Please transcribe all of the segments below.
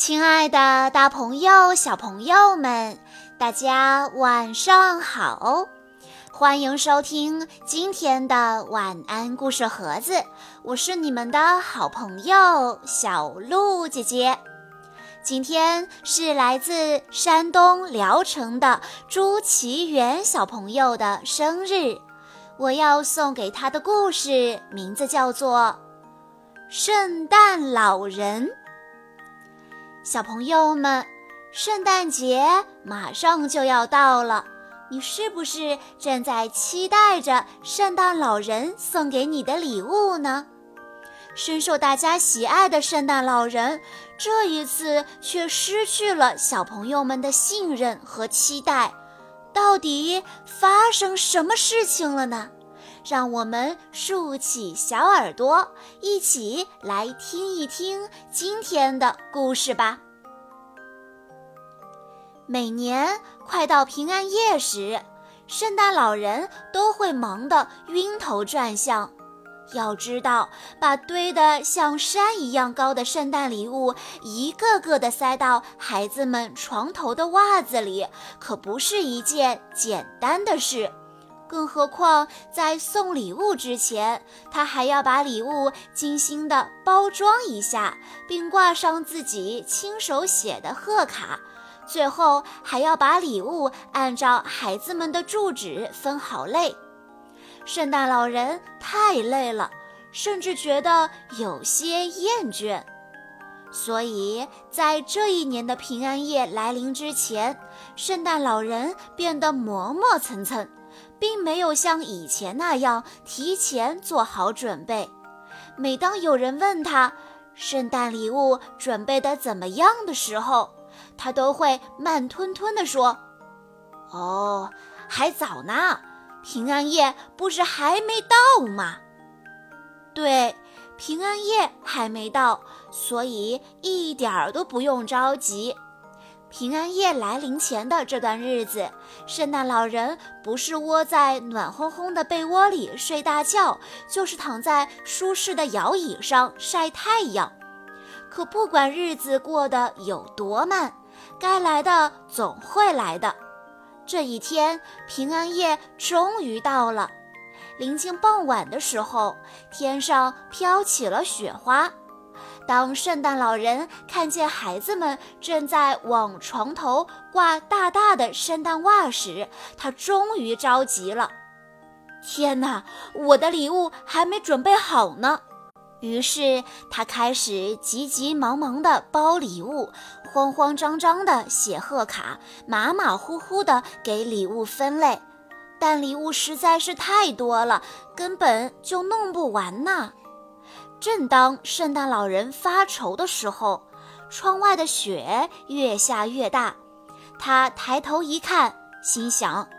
亲爱的大朋友、小朋友们，大家晚上好！欢迎收听今天的晚安故事盒子，我是你们的好朋友小鹿姐姐。今天是来自山东聊城的朱奇源小朋友的生日，我要送给他的故事名字叫做《圣诞老人》。小朋友们，圣诞节马上就要到了，你是不是正在期待着圣诞老人送给你的礼物呢？深受大家喜爱的圣诞老人，这一次却失去了小朋友们的信任和期待，到底发生什么事情了呢？让我们竖起小耳朵，一起来听一听今天的故事吧。每年快到平安夜时，圣诞老人都会忙得晕头转向。要知道，把堆得像山一样高的圣诞礼物一个个地塞到孩子们床头的袜子里，可不是一件简单的事。更何况在送礼物之前，他还要把礼物精心地包装一下，并挂上自己亲手写的贺卡，最后还要把礼物按照孩子们的住址分好类。圣诞老人太累了，甚至觉得有些厌倦。所以在这一年的平安夜来临之前，圣诞老人变得磨磨蹭蹭，并没有像以前那样提前做好准备。每当有人问他圣诞礼物准备得怎么样的时候，他都会慢吞吞地说：哦，还早呢，平安夜不是还没到吗？对，平安夜还没到，所以一点儿都不用着急。平安夜来临前的这段日子，圣诞老人不是窝在暖烘烘的被窝里睡大觉，就是躺在舒适的摇椅上晒太阳。可不管日子过得有多慢，该来的总会来的。这一天，平安夜终于到了。临近傍晚的时候，天上飘起了雪花。当圣诞老人看见孩子们正在往床头挂大大的圣诞袜时，他终于着急了。天哪，我的礼物还没准备好呢！于是他开始急急忙忙地包礼物，慌慌张张地写贺卡，马马虎虎地给礼物分类。但礼物实在是太多了，根本就弄不完呢。正当圣诞老人发愁的时候，窗外的雪越下越大。他抬头一看，心想：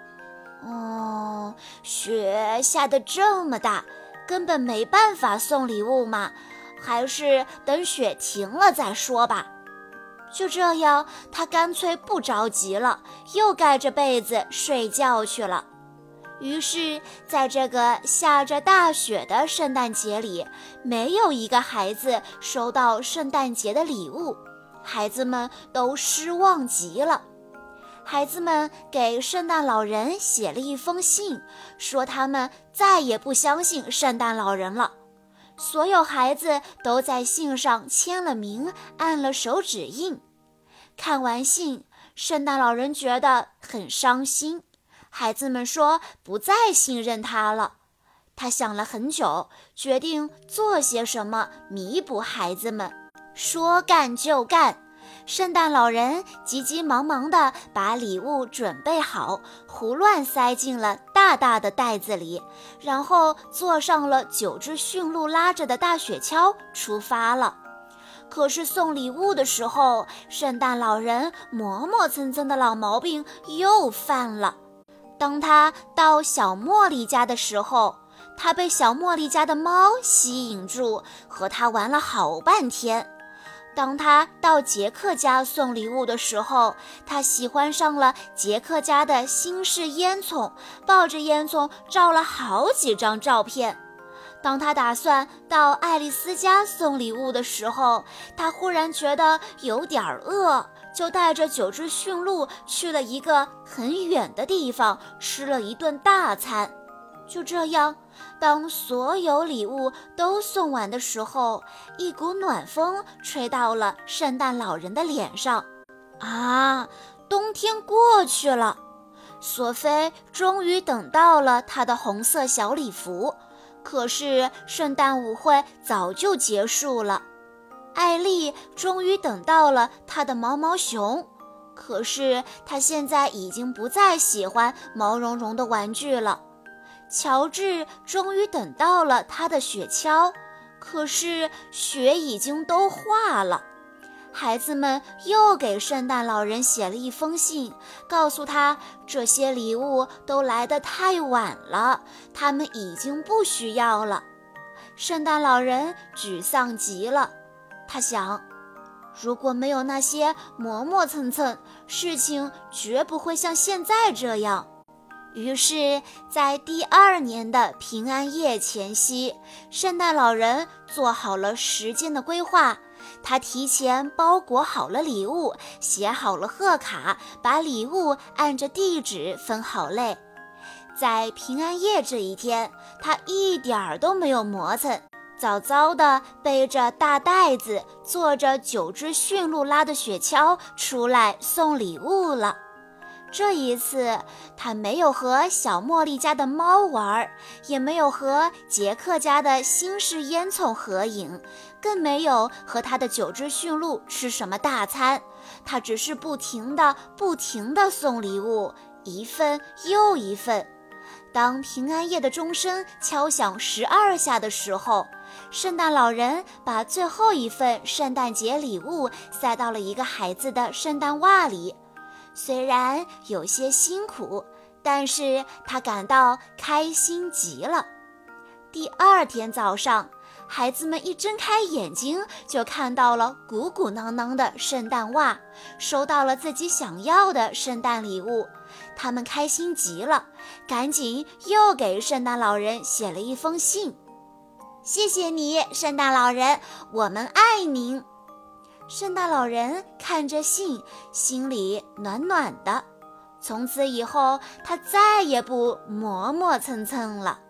雪下得这么大，根本没办法送礼物嘛，还是等雪停了再说吧。就这样，他干脆不着急了，又盖着被子睡觉去了。于是在这个下着大雪的圣诞节里，没有一个孩子收到圣诞节的礼物，孩子们都失望极了。孩子们给圣诞老人写了一封信，说他们再也不相信圣诞老人了。所有孩子都在信上签了名，按了手指印。看完信，圣诞老人觉得很伤心。孩子们说不再信任他了。他想了很久，决定做些什么弥补孩子们。说干就干，圣诞老人急急忙忙地把礼物准备好，胡乱塞进了大大的袋子里，然后坐上了9只驯鹿拉着的大雪橇出发了。可是送礼物的时候，圣诞老人磨磨蹭蹭的老毛病又犯了。当他到小茉莉家的时候，他被小茉莉家的猫吸引住，和他玩了好半天。当他到杰克家送礼物的时候，他喜欢上了杰克家的新式烟囱，抱着烟囱照了好几张照片。 当他打算到爱丽丝家送礼物的时候，他忽然觉得有点饿，就带着9只驯鹿去了一个很远的地方，吃了一顿大餐。就这样，当所有礼物都送完的时候，一股暖风吹到了圣诞老人的脸上。冬天过去了，索菲终于等到了她的红色小礼服，可是圣诞舞会早就结束了。艾丽终于等到了她的毛毛熊，可是她现在已经不再喜欢毛茸茸的玩具了。乔治终于等到了他的雪橇，可是雪已经都化了。孩子们又给圣诞老人写了一封信，告诉他这些礼物都来得太晚了，他们已经不需要了。圣诞老人沮丧极了，他想，如果没有那些磨磨蹭蹭，事情绝不会像现在这样。于是在第2年的平安夜前夕，圣诞老人做好了时间的规划，他提前包裹好了礼物，写好了贺卡，把礼物按着地址分好类。在平安夜这一天，他一点儿都没有磨蹭，早早地背着大袋子，坐着9只驯鹿拉的雪橇出来送礼物了。这一次，他没有和小茉莉家的猫玩，也没有和杰克家的新式烟囱合影，更没有和他的9只驯鹿吃什么大餐。他只是不停地送礼物，一份又一份。当平安夜的钟声敲响12下的时候，圣诞老人把最后一份圣诞节礼物塞到了一个孩子的圣诞袜里。虽然有些辛苦，但是他感到开心极了。第2天早上，孩子们一睁开眼睛，就看到了鼓鼓囊囊的圣诞袜，收到了自己想要的圣诞礼物。他们开心极了，赶紧又给圣诞老人写了一封信。谢谢你，圣诞老人，我们爱您。圣诞老人看着信，心里暖暖的。从此以后，他再也不磨磨蹭蹭了。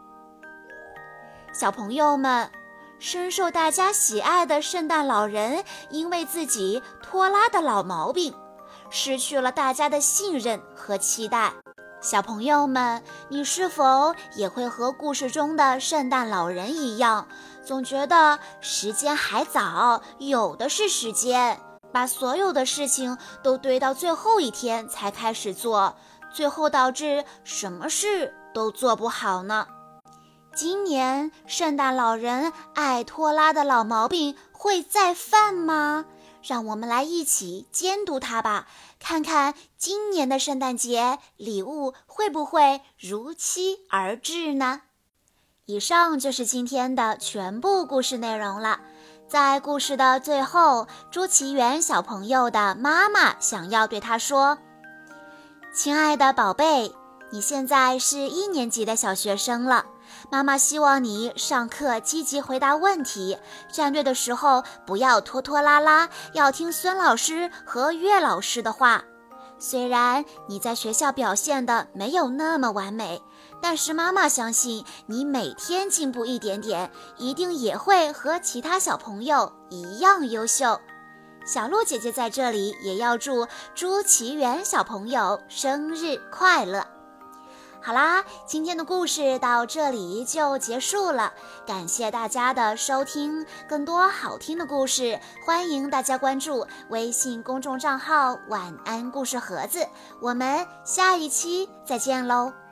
小朋友们，深受大家喜爱的圣诞老人，因为自己拖拉的老毛病，失去了大家的信任和期待。小朋友们，你是否也会和故事中的圣诞老人一样，总觉得时间还早，有的是时间，把所有的事情都堆到最后一天才开始做，最后导致什么事都做不好呢？今年圣诞老人爱拖拉的老毛病会再犯吗？让我们来一起监督他吧，看看今年的圣诞节礼物会不会如期而至呢？以上就是今天的全部故事内容了。在故事的最后，朱其元小朋友的妈妈想要对他说：亲爱的宝贝，你现在是1年级的小学生了，妈妈希望你上课积极回答问题，站队的时候不要拖拖拉拉，要听孙老师和岳老师的话。虽然你在学校表现的没有那么完美，但是妈妈相信你每天进步一点点，一定也会和其他小朋友一样优秀。小鹿姐姐在这里也要祝朱其元小朋友生日快乐。好啦，今天的故事到这里就结束了，感谢大家的收听。更多好听的故事，欢迎大家关注微信公众账号晚安故事盒子，我们下一期再见喽。